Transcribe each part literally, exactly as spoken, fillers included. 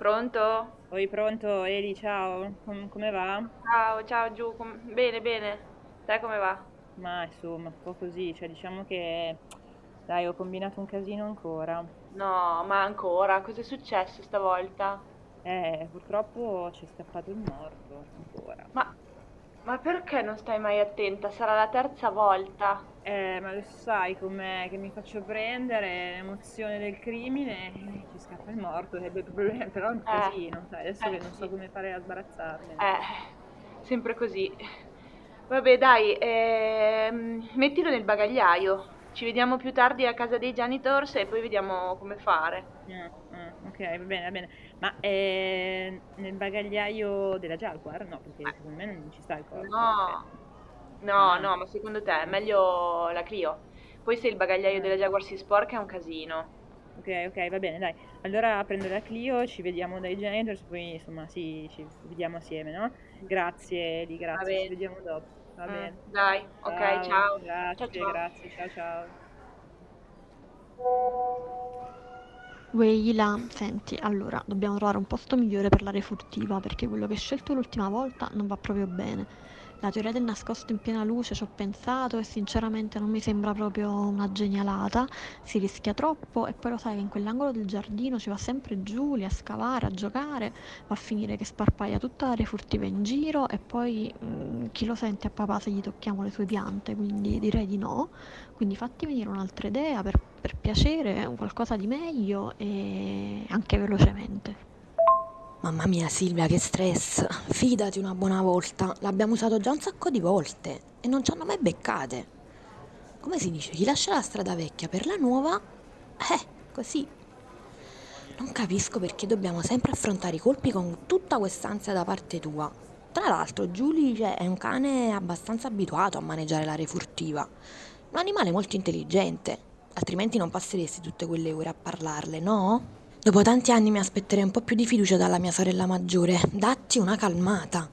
Pronto? Oi, pronto? Eli, ciao, Com- come va? Ciao, ciao Giù, com- bene, bene. Te come va? Ma insomma, un po' così, cioè diciamo che, dai, ho combinato un casino ancora. No, ma ancora? Cos'è successo stavolta? Eh, purtroppo ci è scappato il morto, ancora. Ma, ma perché non stai mai attenta? Sarà la terza volta. Eh, ma lo sai com'è che mi faccio prendere l'emozione del crimine e ci scappa il morto, è il problema, però è un Eh, casino, sai, adesso eh che non so sì. come fare a sbarazzarmene. Eh, sempre così. Vabbè, dai, ehm, mettilo nel bagagliaio. Ci vediamo più tardi a casa dei janitors e poi vediamo come fare. Ah, ah, ok, va bene, va bene. Ma eh, nel bagagliaio della Jaguar? No, perché secondo me non ci sta il corpo. Cioè, No, no, ah, no, ma secondo te è meglio la Clio? Poi se il bagagliaio ah. della Jaguar si sporca è un casino. Ok, ok, va bene, dai. Allora prendo la Clio, ci vediamo dai janitors, poi insomma sì, ci vediamo assieme, no? Grazie, Eli, Va grazie, ci bene. vediamo dopo. Va Mm, bene. dai, ok, Ciao, ciao. Ciao grazie, ciao. grazie, ciao ciao. Weila, senti, allora, dobbiamo trovare un posto migliore per l'area furtiva perché quello che hai scelto l'ultima volta non va proprio bene. La teoria del nascosto in piena luce ci ho pensato e sinceramente non mi sembra proprio una genialata. Si rischia troppo e poi lo sai che in quell'angolo del giardino ci va sempre Giulia a scavare, a giocare, va a finire che sparpaia tutta l'area furtiva in giro e poi mm, chi lo sente a papà se gli tocchiamo le sue piante, quindi direi di no. Quindi fatti venire un'altra idea per, per piacere, un qualcosa di meglio e anche velocemente. Mamma mia Silvia, che stress. Fidati una buona volta, l'abbiamo usato già un sacco di volte e non ci hanno mai beccate. Come si dice, chi lascia la strada vecchia per la nuova? Eh, così. Non capisco perché dobbiamo sempre affrontare i colpi con tutta quest'ansia da parte tua. Tra l'altro, Julie cioè, è un cane abbastanza abituato a maneggiare l'area furtiva. Un animale molto intelligente, altrimenti non passeresti tutte quelle ore a parlarle, no? Dopo tanti anni mi aspetterei un po' più di fiducia dalla mia sorella maggiore. Datti una calmata.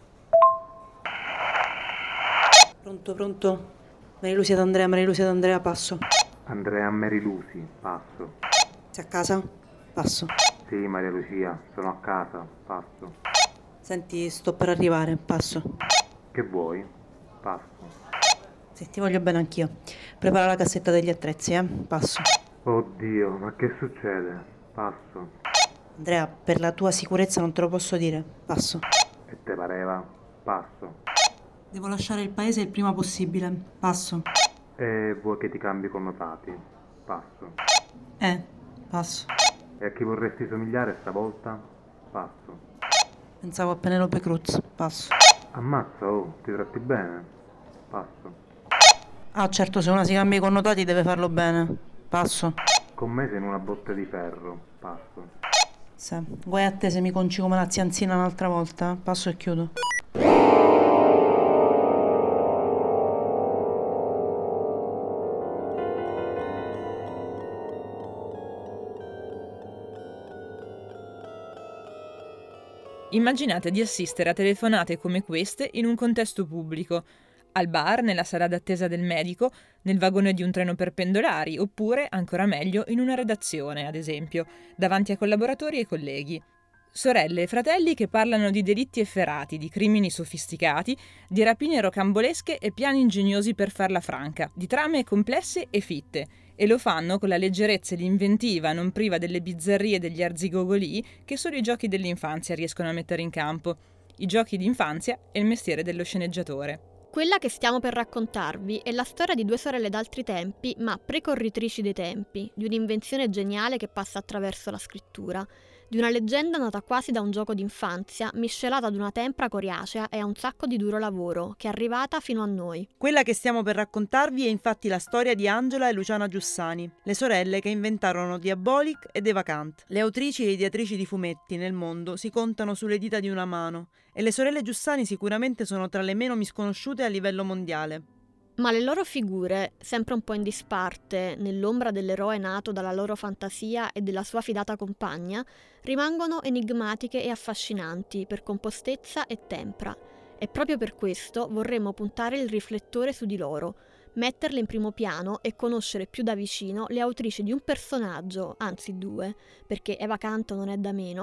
Pronto, pronto? Marilusi ad Andrea, Marilusi ad Andrea, passo. Andrea Merilusi, passo. Sei a casa? Passo. Sì, Maria Lucia, sono a casa, passo. Senti, sto per arrivare, passo. Che vuoi? Passo. Sì, ti voglio bene anch'io. Prepara la cassetta degli attrezzi, eh? Passo. Oddio, ma che succede? Passo. Andrea, per la tua sicurezza non te lo posso dire. Passo. E te pareva? Passo. Devo lasciare il paese il prima possibile. Passo. E vuoi che ti cambi connotati? Passo. Eh, passo. E a chi vorresti somigliare stavolta? Passo. Pensavo a Penelope Cruz. Passo. Ammazza, oh, ti tratti bene? Passo. Ah, certo, se una si cambia i connotati deve farlo bene. Passo. Commese in una botte di ferro? Passo. Sì. Guai a te se mi conci come la zianzina un'altra volta. Passo e chiudo. Immaginate di assistere a telefonate come queste in un contesto pubblico, al bar, nella sala d'attesa del medico, nel vagone di un treno per pendolari, oppure, ancora meglio, in una redazione, ad esempio, davanti a collaboratori e colleghi. Sorelle e fratelli che parlano di delitti efferati, di crimini sofisticati, di rapine rocambolesche e piani ingegnosi per farla franca, di trame complesse e fitte, e lo fanno con la leggerezza e l'inventiva non priva delle bizzarrie degli arzigogolì che solo i giochi dell'infanzia riescono a mettere in campo. I giochi d'infanzia e il mestiere dello sceneggiatore. Quella che stiamo per raccontarvi è la storia di due sorelle d'altri tempi, ma precorritrici dei tempi, di un'invenzione geniale che passa attraverso la scrittura, di una leggenda nata quasi da un gioco d'infanzia, miscelata ad una tempra coriacea e a un sacco di duro lavoro, che è arrivata fino a noi. Quella che stiamo per raccontarvi è infatti la storia di Angela e Luciana Giussani, le sorelle che inventarono Diabolic ed Eva Kant. Le autrici e ideatrici di fumetti nel mondo si contano sulle dita di una mano e le sorelle Giussani sicuramente sono tra le meno misconosciute a livello mondiale. Ma le loro figure, sempre un po' in disparte, nell'ombra dell'eroe nato dalla loro fantasia e della sua fidata compagna, rimangono enigmatiche e affascinanti per compostezza e tempra. E proprio per questo vorremmo puntare il riflettore su di loro, metterle in primo piano e conoscere più da vicino le autrici di un personaggio, anzi due, perché Eva Kant non è da meno,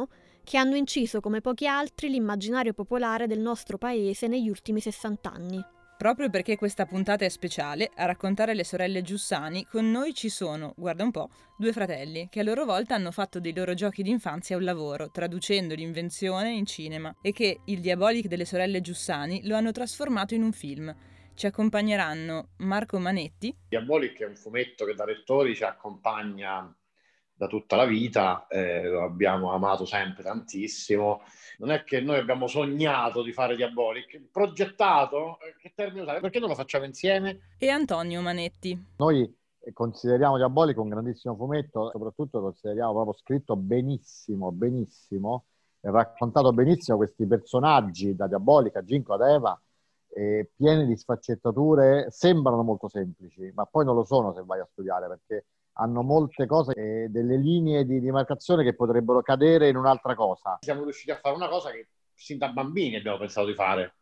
che hanno inciso come pochi altri l'immaginario popolare del nostro paese negli ultimi sessant'anni. Proprio perché questa puntata è speciale, a raccontare le sorelle Giussani, con noi ci sono, guarda un po', due fratelli, che a loro volta hanno fatto dei loro giochi d'infanzia un lavoro, traducendo l'invenzione in cinema, e che il Diabolic delle sorelle Giussani lo hanno trasformato in un film. Ci accompagneranno Marco Manetti. Diabolic è un fumetto che da lettori ci accompagna da tutta la vita, eh, lo abbiamo amato sempre tantissimo. Non è che noi abbiamo sognato di fare Diabolic, progettato, eh, che termine usare? Perché non lo facciamo insieme? E Antonio Manetti. Noi consideriamo Diabolic un grandissimo fumetto, soprattutto lo consideriamo proprio scritto benissimo, benissimo, e raccontato benissimo questi personaggi, da Diabolic a Ginko ad Eva, eh, pieni di sfaccettature, sembrano molto semplici, ma poi non lo sono se vai a studiare, perché hanno molte cose e delle linee di demarcazione che potrebbero cadere in un'altra cosa. Siamo riusciti a fare una cosa che sin da bambini abbiamo pensato di fare.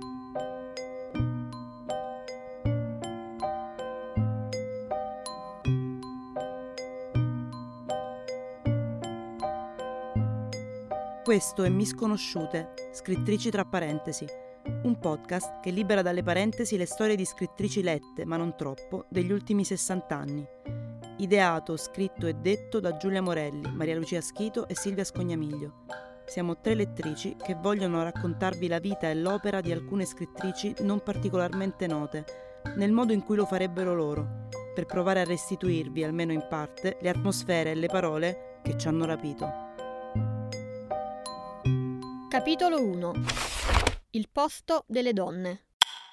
Questo è Misconosciute, scrittrici tra parentesi, un podcast che libera dalle parentesi le storie di scrittrici lette, ma non troppo, degli ultimi sessant'anni. Ideato, scritto e detto da Giulia Morelli, Maria Lucia Schito e Silvia Scognamiglio. Siamo tre lettrici che vogliono raccontarvi la vita e l'opera di alcune scrittrici non particolarmente note, nel modo in cui lo farebbero loro, per provare a restituirvi, almeno in parte, le atmosfere e le parole che ci hanno rapito. Capitolo uno. Il posto delle donne.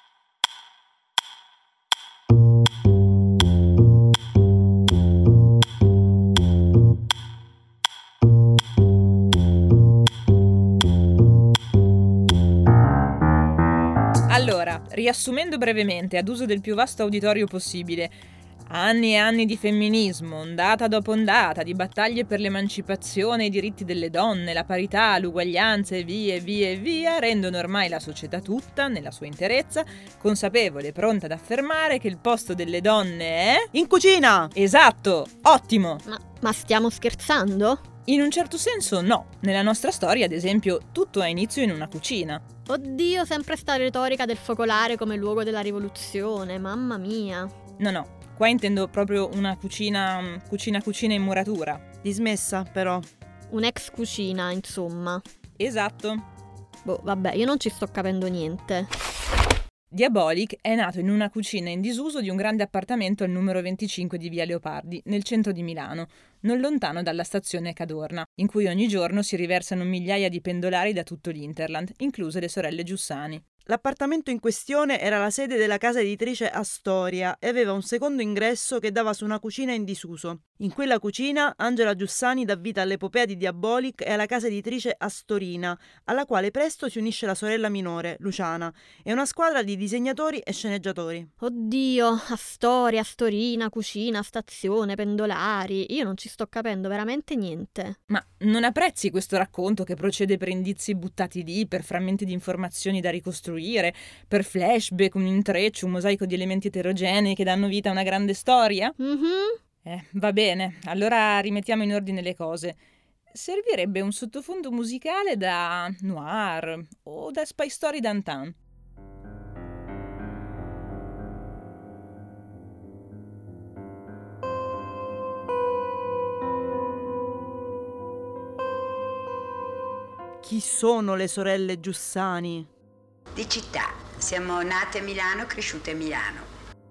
Allora, riassumendo brevemente, ad uso del più vasto uditorio possibile, anni e anni di femminismo, ondata dopo ondata, di battaglie per l'emancipazione e i diritti delle donne, la parità, l'uguaglianza e via e via e via, rendono ormai la società tutta, nella sua interezza, consapevole e pronta ad affermare che il posto delle donne è... In cucina! Esatto! Ottimo! Ma, ma stiamo scherzando? In un certo senso no. Nella nostra storia, ad esempio, tutto ha inizio in una cucina. Oddio, sempre sta retorica del focolare come luogo della rivoluzione, mamma mia. No, no, qua intendo proprio una cucina, cucina cucina in muratura. Dismessa, però. Un'ex cucina, insomma. Esatto. Boh, vabbè, io non ci sto capendo niente. Diabolic è nato in una cucina in disuso di un grande appartamento al numero venticinque di Via Leopardi, nel centro di Milano, non lontano dalla stazione Cadorna, in cui ogni giorno si riversano migliaia di pendolari da tutto l'Interland, incluse le sorelle Giussani. L'appartamento in questione era la sede della casa editrice Astoria e aveva un secondo ingresso che dava su una cucina in disuso. In quella cucina Angela Giussani dà vita all'epopea di Diabolic e alla casa editrice Astorina, alla quale presto si unisce la sorella minore, Luciana, e una squadra di disegnatori e sceneggiatori. Oddio, Astoria, Astorina, cucina, stazione, pendolari. Io non ci sto capendo veramente niente. Ma non apprezzi questo racconto che procede per indizi buttati lì, per frammenti di informazioni da ricostruire, per flashback, un intreccio, un mosaico di elementi eterogenei che danno vita a una grande storia? Mhm. Eh, va bene, allora rimettiamo in ordine le cose. Servirebbe un sottofondo musicale da noir o da spy story d'antan. Chi sono le sorelle Giussani? Di città. Siamo nate a Milano, cresciute a Milano.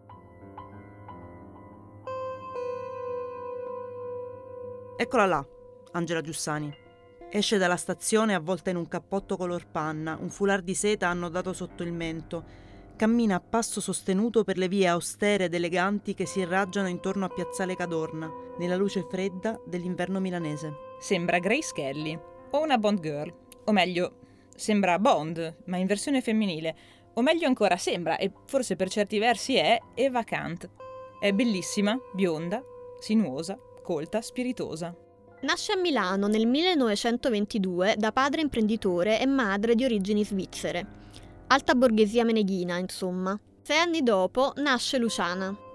Eccola là, Angela Giussani. Esce dalla stazione avvolta in un cappotto color panna, un foulard di seta annodato sotto il mento. Cammina a passo sostenuto per le vie austere ed eleganti che si irraggiano intorno a Piazzale Cadorna, nella luce fredda dell'inverno milanese. Sembra Grace Kelly o una Bond girl, o meglio, sembra Bond, ma in versione femminile, o meglio ancora sembra, e forse per certi versi è, Eva Kant. È bellissima, bionda, sinuosa, colta, spiritosa. Nasce a Milano nel millenovecentoventidue da padre imprenditore e madre di origini svizzere. Alta borghesia meneghina, insomma. Sei anni dopo nasce Luciana.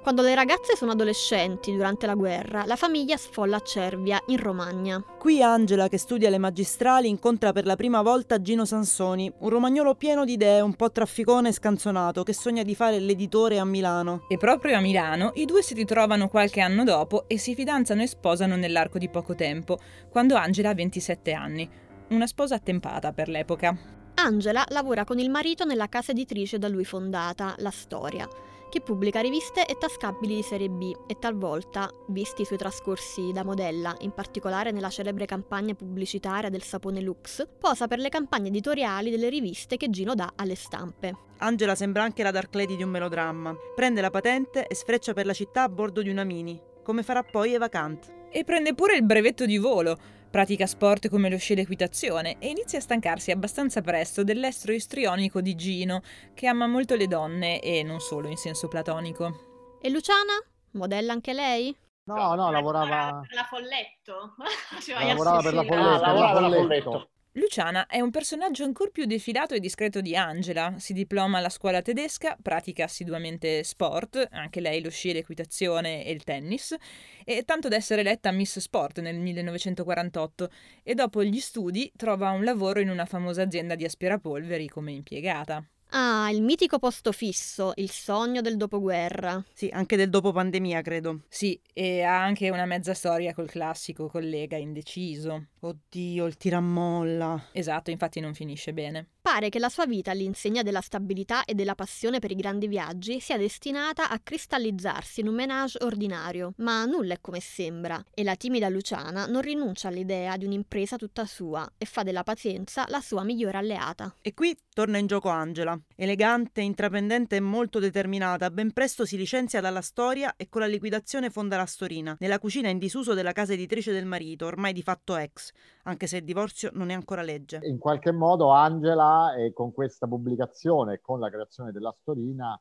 Quando le ragazze sono adolescenti durante la guerra, la famiglia sfolla a Cervia, in Romagna. Qui Angela, che studia le magistrali, incontra per la prima volta Gino Sansoni, un romagnolo pieno di idee, un po' trafficone e scanzonato, che sogna di fare l'editore a Milano. E proprio a Milano i due si ritrovano qualche anno dopo e si fidanzano e sposano nell'arco di poco tempo, quando Angela ha ventisette anni. Una sposa attempata per l'epoca. Angela lavora con il marito nella casa editrice da lui fondata, La Storia, che pubblica riviste e tascabili di serie B e talvolta, visti i suoi trascorsi da modella, in particolare nella celebre campagna pubblicitaria del sapone Lux, posa per le campagne editoriali delle riviste che Gino dà alle stampe. Angela sembra anche la Dark Lady di un melodramma. Prende la patente e sfreccia per la città a bordo di una Mini, come farà poi Eva Kant. E prende pure il brevetto di volo, pratica sport come lo sci e l'equitazione e inizia a stancarsi abbastanza presto dell'estro istrionico di Gino, che ama molto le donne e non solo in senso platonico. E Luciana? Modella anche lei? No, no, lavorava... Per la Folletto. Lavorava per la Folletto. Ah, lavorava per la Folletto. Luciana è un personaggio ancora più defilato e discreto di Angela, si diploma alla scuola tedesca, pratica assiduamente sport, anche lei lo sci e l'equitazione e il tennis, e tanto da essere eletta Miss Sport nel millenovecentoquarantotto e dopo gli studi trova un lavoro in una famosa azienda di aspirapolveri come impiegata. Ah, il mitico posto fisso, il sogno del dopoguerra. Sì, anche del dopo pandemia, credo. Sì, e ha anche una mezza storia col classico collega indeciso. Oddio, il tirammolla. Esatto, infatti non finisce bene. Pare che la sua vita all'insegna della stabilità e della passione per i grandi viaggi sia destinata a cristallizzarsi in un ménage ordinario, ma nulla è come sembra, e la timida Luciana non rinuncia all'idea di un'impresa tutta sua e fa della pazienza la sua migliore alleata. E qui torna in gioco Angela. Elegante, intraprendente e molto determinata, ben presto si licenzia dalla Storia e con la liquidazione fonda la Storina, nella cucina in disuso della casa editrice del marito, ormai di fatto ex, anche se il divorzio non è ancora legge. In qualche modo Angela, eh, con questa pubblicazione e con la creazione della Storina,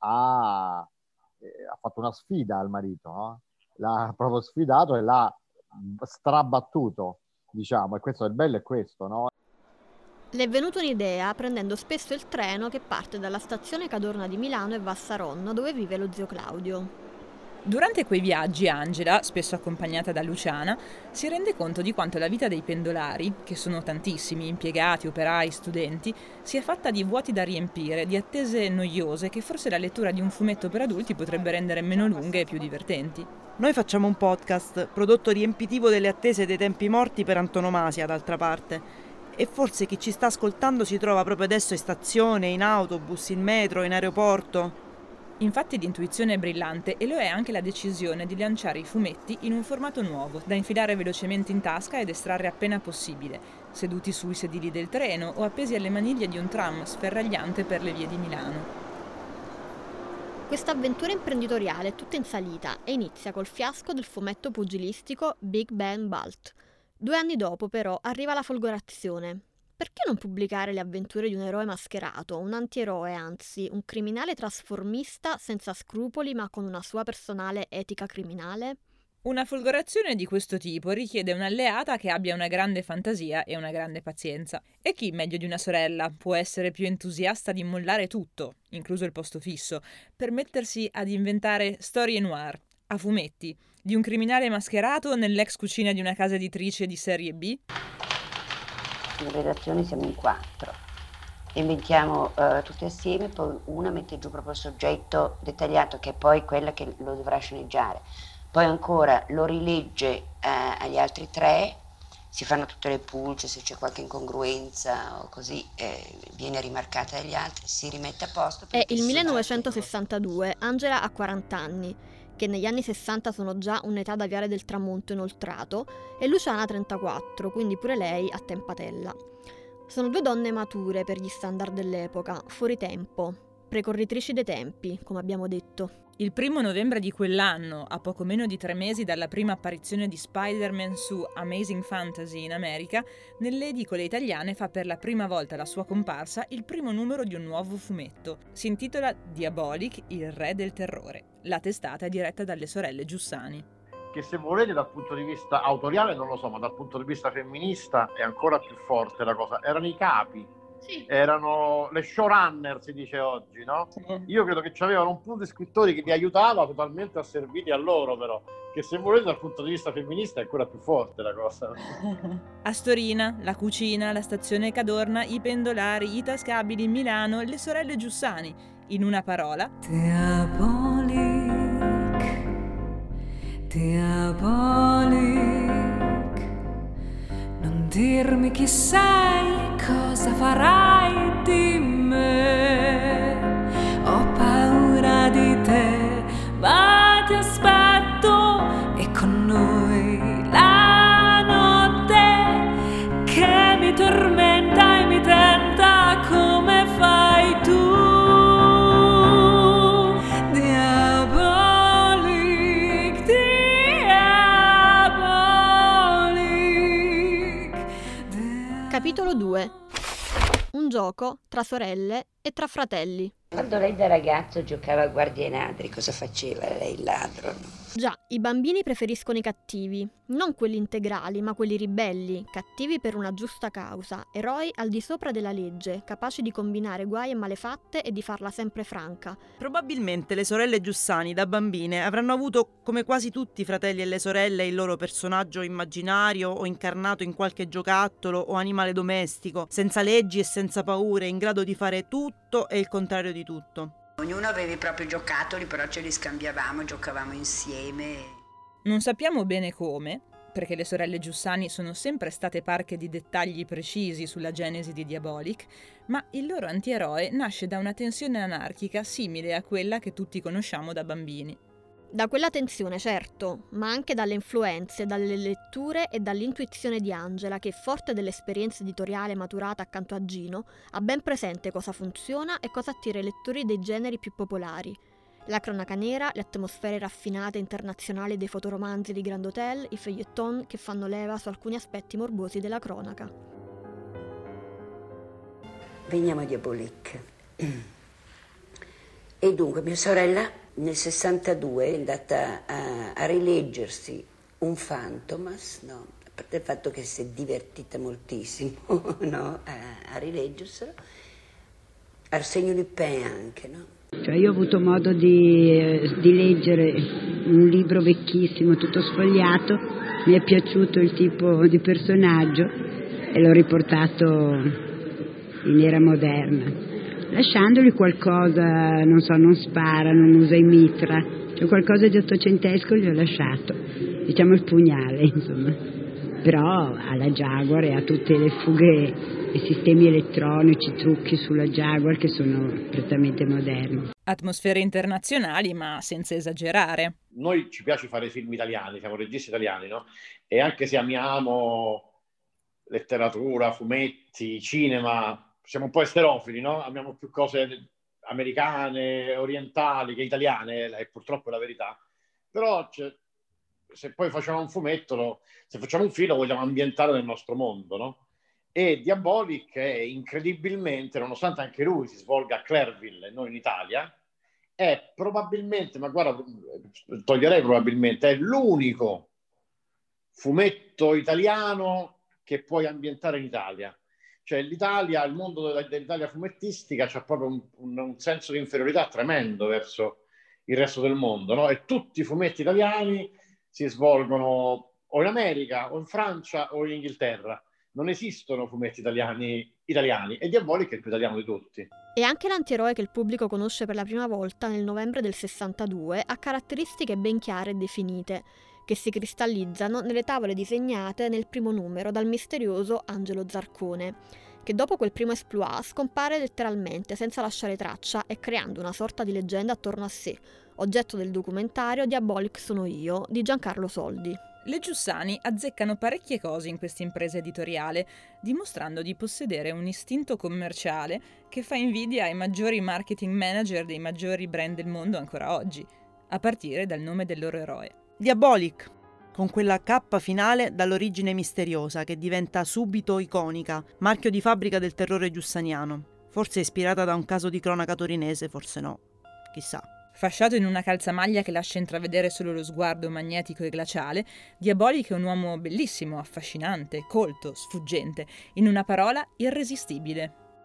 ha, eh, ha fatto una sfida al marito, no? L'ha proprio sfidato e l'ha strabattuto, diciamo, e questo è il bello, è questo, no? Le è venuta un'idea prendendo spesso il treno che parte dalla stazione Cadorna di Milano e va a Saronno, dove vive lo zio Claudio. Durante quei viaggi Angela, spesso accompagnata da Luciana, si rende conto di quanto la vita dei pendolari, che sono tantissimi, impiegati, operai, studenti, sia fatta di vuoti da riempire, di attese noiose che forse la lettura di un fumetto per adulti potrebbe rendere meno lunghe e più divertenti. Noi facciamo un podcast, prodotto riempitivo delle attese dei tempi morti per antonomasia, d'altra parte. E forse chi ci sta ascoltando si trova proprio adesso in stazione, in autobus, in metro, in aeroporto. Infatti l'intuizione è brillante e lo è anche la decisione di lanciare i fumetti in un formato nuovo, da infilare velocemente in tasca ed estrarre appena possibile, seduti sui sedili del treno o appesi alle maniglie di un tram sferragliante per le vie di Milano. Questa avventura imprenditoriale è tutta in salita e inizia col fiasco del fumetto pugilistico Big Ben Balt. Due anni dopo, però, arriva la folgorazione. Perché non pubblicare le avventure di un eroe mascherato, un antieroe, anzi, un criminale trasformista senza scrupoli ma con una sua personale etica criminale? Una folgorazione di questo tipo richiede un'alleata che abbia una grande fantasia e una grande pazienza. E chi, meglio di una sorella, può essere più entusiasta di mollare tutto, incluso il posto fisso, per mettersi ad inventare storie noir, a fumetti, di un criminale mascherato nell'ex cucina di una casa editrice di serie B? In redazione siamo in quattro, inventiamo uh, tutti assieme, poi una mette giù proprio il soggetto dettagliato che è poi quella che lo dovrà sceneggiare, poi ancora lo rilegge uh, agli altri tre, si fanno tutte le pulce, se c'è qualche incongruenza o così eh, viene rimarcata dagli altri, si rimette a posto. È il millenovecentosessantadue, Angela ha quaranta anni, che negli anni sessanta sono già un'età da viale del tramonto inoltrato, e Luciana trentaquattro, quindi pure lei a tempatella. Sono due donne mature per gli standard dell'epoca, fuori tempo, precorritrici dei tempi, come abbiamo detto. Il primo novembre di quell'anno, a poco meno di tre mesi dalla prima apparizione di Spider-Man su Amazing Fantasy in America, nelle edicole italiane fa per la prima volta la sua comparsa il primo numero di un nuovo fumetto. Si intitola Diabolic, il re del terrore. La testata è diretta dalle sorelle Giussani. Che se volete dal punto di vista autoriale non lo so, ma dal punto di vista femminista è ancora più forte la cosa. Erano i capi Sì. Erano le showrunner, si dice oggi, no? Sì. Io credo che c'avevano un pool di scrittori che li aiutava totalmente asserviti a loro, però, che se volete dal punto di vista femminista è ancora più forte la cosa. Astorina, la cucina, la stazione Cadorna, i pendolari, i tascabili, Milano, le sorelle Giussani. In una parola, Diabolic, Diabolic, non dirmi chi sei, cosa farai di me, ho paura di te, ma ti aspetto e con noi la notte che mi tormenta e mi tenta come fai tu. Diabolic, diabolic, diabolic. Capitolo due. Un gioco tra sorelle e tra fratelli. Quando lei da ragazzo giocava a guardie ai ladri, cosa faceva lei il ladro? No? Già, i bambini preferiscono i cattivi, non quelli integrali, ma quelli ribelli, cattivi per una giusta causa, eroi al di sopra della legge, capaci di combinare guai e malefatte e di farla sempre franca. Probabilmente le sorelle Giussani da bambine avranno avuto, come quasi tutti i fratelli e le sorelle, il loro personaggio immaginario o incarnato in qualche giocattolo o animale domestico, senza leggi e senza paure, in grado di fare tutto e il contrario di tutto. Ognuno aveva i propri giocattoli, però ce li scambiavamo, giocavamo insieme. non sappiamo bene come, perché le sorelle Giussani sono sempre state parche di dettagli precisi sulla genesi di Diabolic, ma il loro antieroe nasce da una tensione anarchica simile a quella che tutti conosciamo da bambini. Da quella tensione, certo, ma anche dalle influenze, dalle letture e dall'intuizione di Angela che, forte dell'esperienza editoriale maturata accanto a Gino, ha ben presente cosa funziona e cosa attira i lettori dei generi più popolari. La cronaca nera, le atmosfere raffinate internazionali dei fotoromanzi di Grand Hotel, i feuilleton che fanno leva su alcuni aspetti morbosi della cronaca. Veniamo a Diabolic. E dunque mia sorella nel sessantadue è andata a, a rileggersi un Fantomas, no? A parte il fatto che si è divertita moltissimo, no? a, a rileggerselo. Arsène Lupin anche, no? Cioè io ho avuto modo di, di leggere un libro vecchissimo, tutto sfogliato, mi è piaciuto il tipo di personaggio e l'ho riportato in era moderna. Lasciandogli qualcosa, non so, non spara, non usa i mitra, cioè qualcosa di ottocentesco gli ho lasciato, diciamo il pugnale, insomma. Però alla Jaguar e ha tutte le fughe, i sistemi elettronici, trucchi sulla Jaguar che sono prettamente moderni. Atmosfere internazionali, ma senza esagerare. Noi ci piace fare film italiani, siamo registi italiani, no? E anche se amiamo letteratura, fumetti, cinema, siamo un po' esterofili, no? Amiamo più cose americane, orientali che italiane, e purtroppo è la verità. Però cioè, se poi facciamo un fumetto, lo, se facciamo un film lo vogliamo ambientare nel nostro mondo, no? E Diabolic è incredibilmente, nonostante anche lui si svolga a Clairville e non in Italia, è probabilmente, ma guarda, toglierei probabilmente, è l'unico fumetto italiano che puoi ambientare in Italia. Cioè l'Italia, il mondo dell'Italia fumettistica c'ha proprio un, un, un senso di inferiorità tremendo verso il resto del mondo, no? E tutti i fumetti italiani si svolgono o in America, o in Francia, o in Inghilterra. Non esistono fumetti italiani italiani e Diabolic è il più italiano di tutti. E anche l'antieroe che il pubblico conosce per la prima volta nel novembre del sessantadue ha caratteristiche ben chiare e definite, che si cristallizzano nelle tavole disegnate nel primo numero dal misterioso Angelo Zarcone, che dopo quel primo exploit scompare letteralmente senza lasciare traccia e creando una sorta di leggenda attorno a sé, oggetto del documentario Diabolic sono io di Giancarlo Soldi. Le Giussani azzeccano parecchie cose in questa impresa editoriale, dimostrando di possedere un istinto commerciale che fa invidia ai maggiori marketing manager dei maggiori brand del mondo ancora oggi, a partire dal nome del loro eroe. Diabolic, con quella K finale dall'origine misteriosa che diventa subito iconica, marchio di fabbrica del terrore giussaniano. Forse ispirata da un caso di cronaca torinese, forse no, chissà. Fasciato in una calzamaglia che lascia intravedere solo lo sguardo magnetico e glaciale, Diabolic è un uomo bellissimo, affascinante, colto, sfuggente, in una parola irresistibile.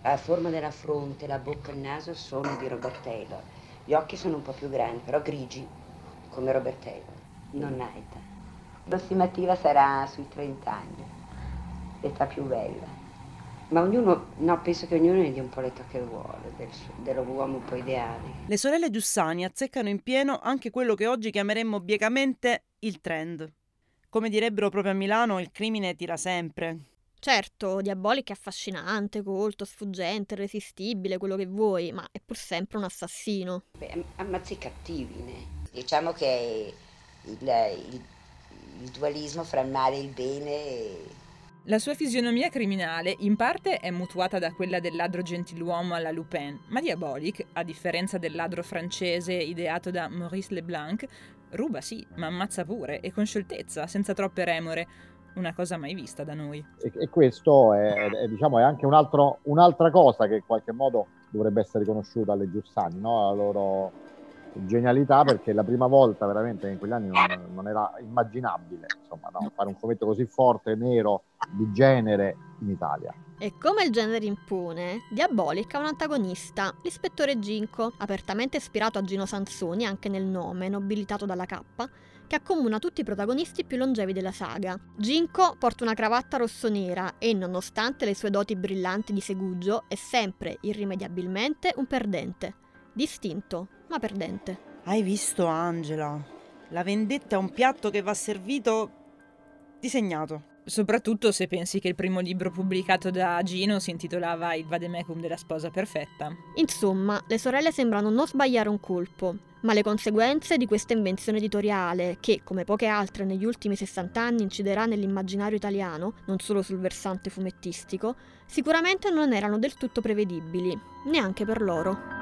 La forma della fronte, la bocca e il naso sono di Robert Taylor. Gli occhi sono un po' più grandi, però grigi, come Robert Taylor. Non ha età. L'approssimativa sarà sui trenta anni, l'età più bella. Ma ognuno, no, penso che ognuno ne dia un po' l'età che vuole, del, dell'uomo un po' ideale. Le sorelle Giussani azzeccano in pieno anche quello che oggi chiameremmo biecamente il trend. Come direbbero proprio a Milano, il crimine tira sempre. Certo, Diabolic è affascinante, colto, sfuggente, irresistibile, quello che vuoi, ma è pur sempre un assassino. Beh, ammazza i cattivi, né? Diciamo che il, il, il dualismo fra il male e il bene... È... La sua fisionomia criminale in parte è mutuata da quella del ladro gentiluomo alla Lupin, ma Diabolic, a differenza del ladro francese ideato da Maurice Leblanc, ruba sì, ma ammazza pure, e con scioltezza, senza troppe remore, una cosa mai vista da noi. E, e questo è, è, diciamo, è anche un altro, un'altra cosa che in qualche modo dovrebbe essere riconosciuta alle Giussani, no? La loro genialità, perché la prima volta veramente in quegli anni non, non era immaginabile, insomma, no? Fare un fumetto così forte, nero, di genere in Italia. E come il genere impone, Diabolic ha un antagonista, l'ispettore Ginko, apertamente ispirato a Gino Sansoni anche nel nome, nobilitato dalla K, che accomuna tutti i protagonisti più longevi della saga. Ginko porta una cravatta rossonera e, nonostante le sue doti brillanti di segugio, è sempre, irrimediabilmente, un perdente. Distinto, ma perdente. Hai visto, Angela? La vendetta è un piatto che va servito disegnato. Soprattutto se pensi che il primo libro pubblicato da Gino si intitolava Il vademecum della sposa perfetta. Insomma, le sorelle sembrano non sbagliare un colpo, ma le conseguenze di questa invenzione editoriale, che, come poche altre negli ultimi sessanta anni inciderà nell'immaginario italiano, non solo sul versante fumettistico, sicuramente non erano del tutto prevedibili, neanche per loro.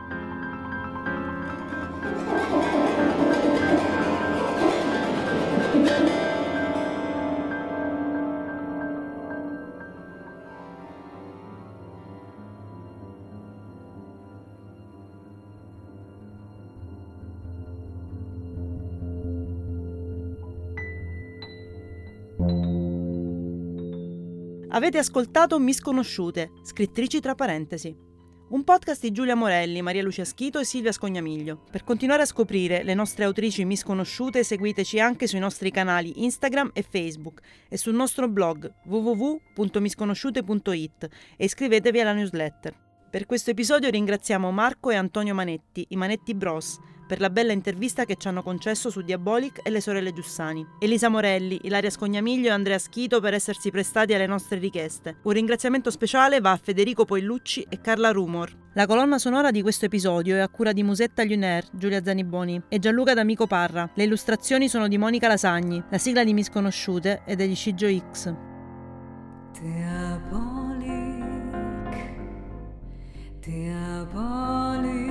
Avete ascoltato Misconosciute, scrittrici tra parentesi. Un podcast di Giulia Morelli, Maria Lucia Schito e Silvia Scognamiglio. Per continuare a scoprire le nostre autrici misconosciute, seguiteci anche sui nostri canali Instagram e Facebook e sul nostro blog w w w punto misconosciute punto i t e iscrivetevi alla newsletter. Per questo episodio ringraziamo Marco e Antonio Manetti, i Manetti Bros, per la bella intervista che ci hanno concesso su Diabolic e le sorelle Giussani. Elisa Morelli, Ilaria Scognamiglio e Andrea Schito per essersi prestati alle nostre richieste. Un ringraziamento speciale va a Federico Poillucci e Carla Rumor. La colonna sonora di questo episodio è a cura di Musetta Lunaire, Giulia Zaniboni e Gianluca D'Amico Parra. Le illustrazioni sono di Monica Lasagni. La sigla di Misconosciute è degli Scigio X. Diabolic, Diabolic,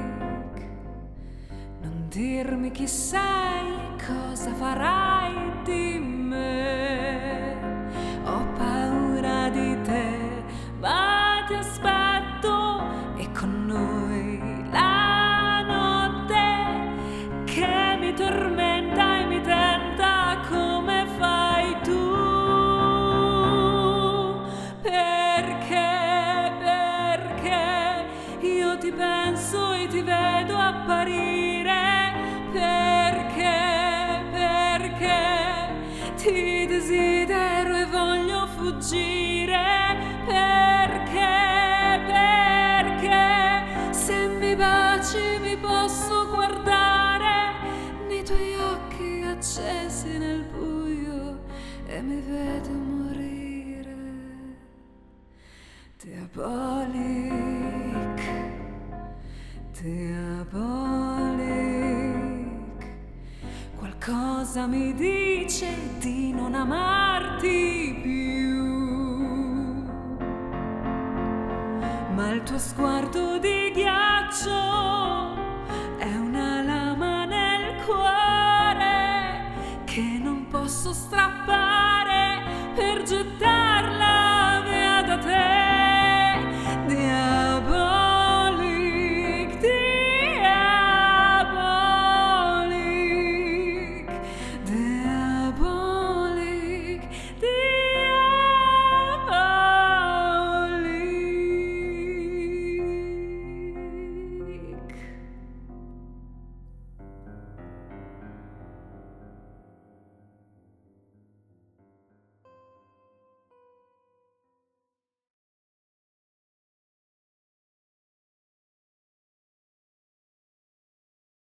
non dirmi chi sei, cosa farai di me, ho paura di te, ma ti aspetto e con noi la notte che mi tormenta e mi tenta come fai tu, perché, perché io ti penso e ti vedo apparire, perché, perché ti desidero e voglio fuggire, perché, perché se mi baci mi posso guardare nei tuoi occhi accesi nel buio e mi vedo morire. Diabolic, Diabolic, qualcosa mi dice di non amarti più, ma il tuo sguardo di ghiaccio è una lama nel cuore che non posso strapparmi.